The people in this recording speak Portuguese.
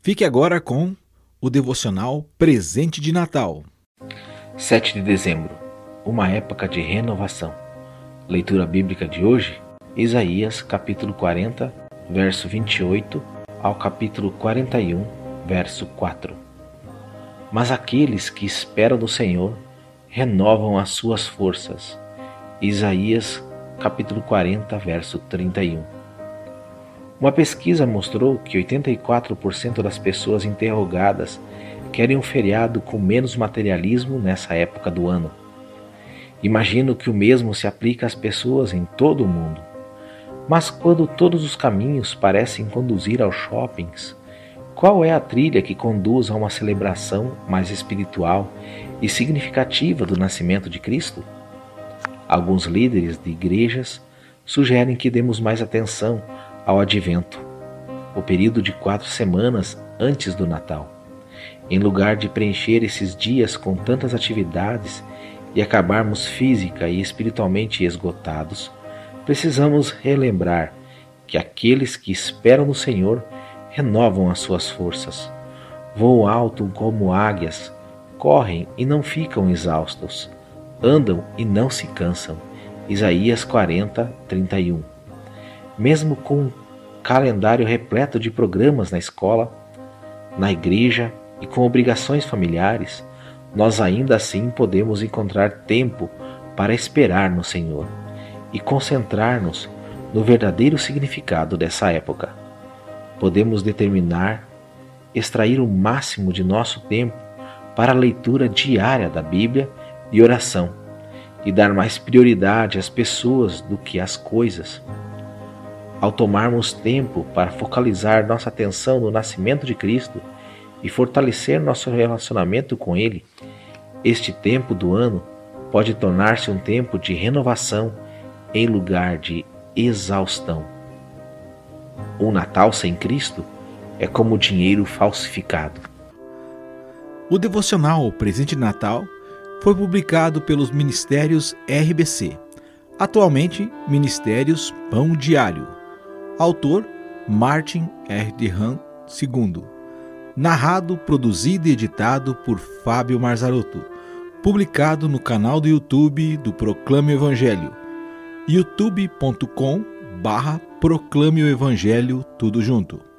Fique agora com o devocional Presente de Natal. 7 de dezembro, uma época de renovação. Leitura bíblica de hoje, Isaías capítulo 40, verso 28 ao capítulo 41, verso 4. Mas aqueles que esperam no Senhor renovam as suas forças. Isaías capítulo 40, verso 31. Uma pesquisa mostrou que 84% das pessoas interrogadas querem um feriado com menos materialismo nessa época do ano. Imagino que o mesmo se aplica às pessoas em todo o mundo. Mas quando todos os caminhos parecem conduzir aos shoppings, qual é a trilha que conduz a uma celebração mais espiritual e significativa do nascimento de Cristo? Alguns líderes de igrejas sugerem que demos mais atenção ao Advento, o período de 4 semanas antes do Natal. Em lugar de preencher esses dias com tantas atividades e acabarmos física e espiritualmente esgotados, precisamos relembrar que aqueles que esperam no Senhor renovam as suas forças, voam alto como águias, correm e não ficam exaustos, andam e não se cansam. Isaías 40, 31. Mesmo com um calendário repleto de programas na escola, na igreja e com obrigações familiares, nós ainda assim podemos encontrar tempo para esperar no Senhor e concentrar-nos no verdadeiro significado dessa época. Podemos extrair o máximo de nosso tempo para a leitura diária da Bíblia e oração, e dar mais prioridade às pessoas do que às coisas. Ao tomarmos tempo para focalizar nossa atenção no nascimento de Cristo e fortalecer nosso relacionamento com Ele, este tempo do ano pode tornar-se um tempo de renovação em lugar de exaustão. Um Natal sem Cristo é como dinheiro falsificado. O devocional Presente de Natal foi publicado pelos Ministérios RBC, atualmente Ministérios Pão Diário. Autor Martin R. Dehan II. Narrado, produzido e editado por Fábio Marzarotto. Publicado no canal do YouTube do Proclame o Evangelho, youtube.com/Proclame o Evangelho, tudo junto.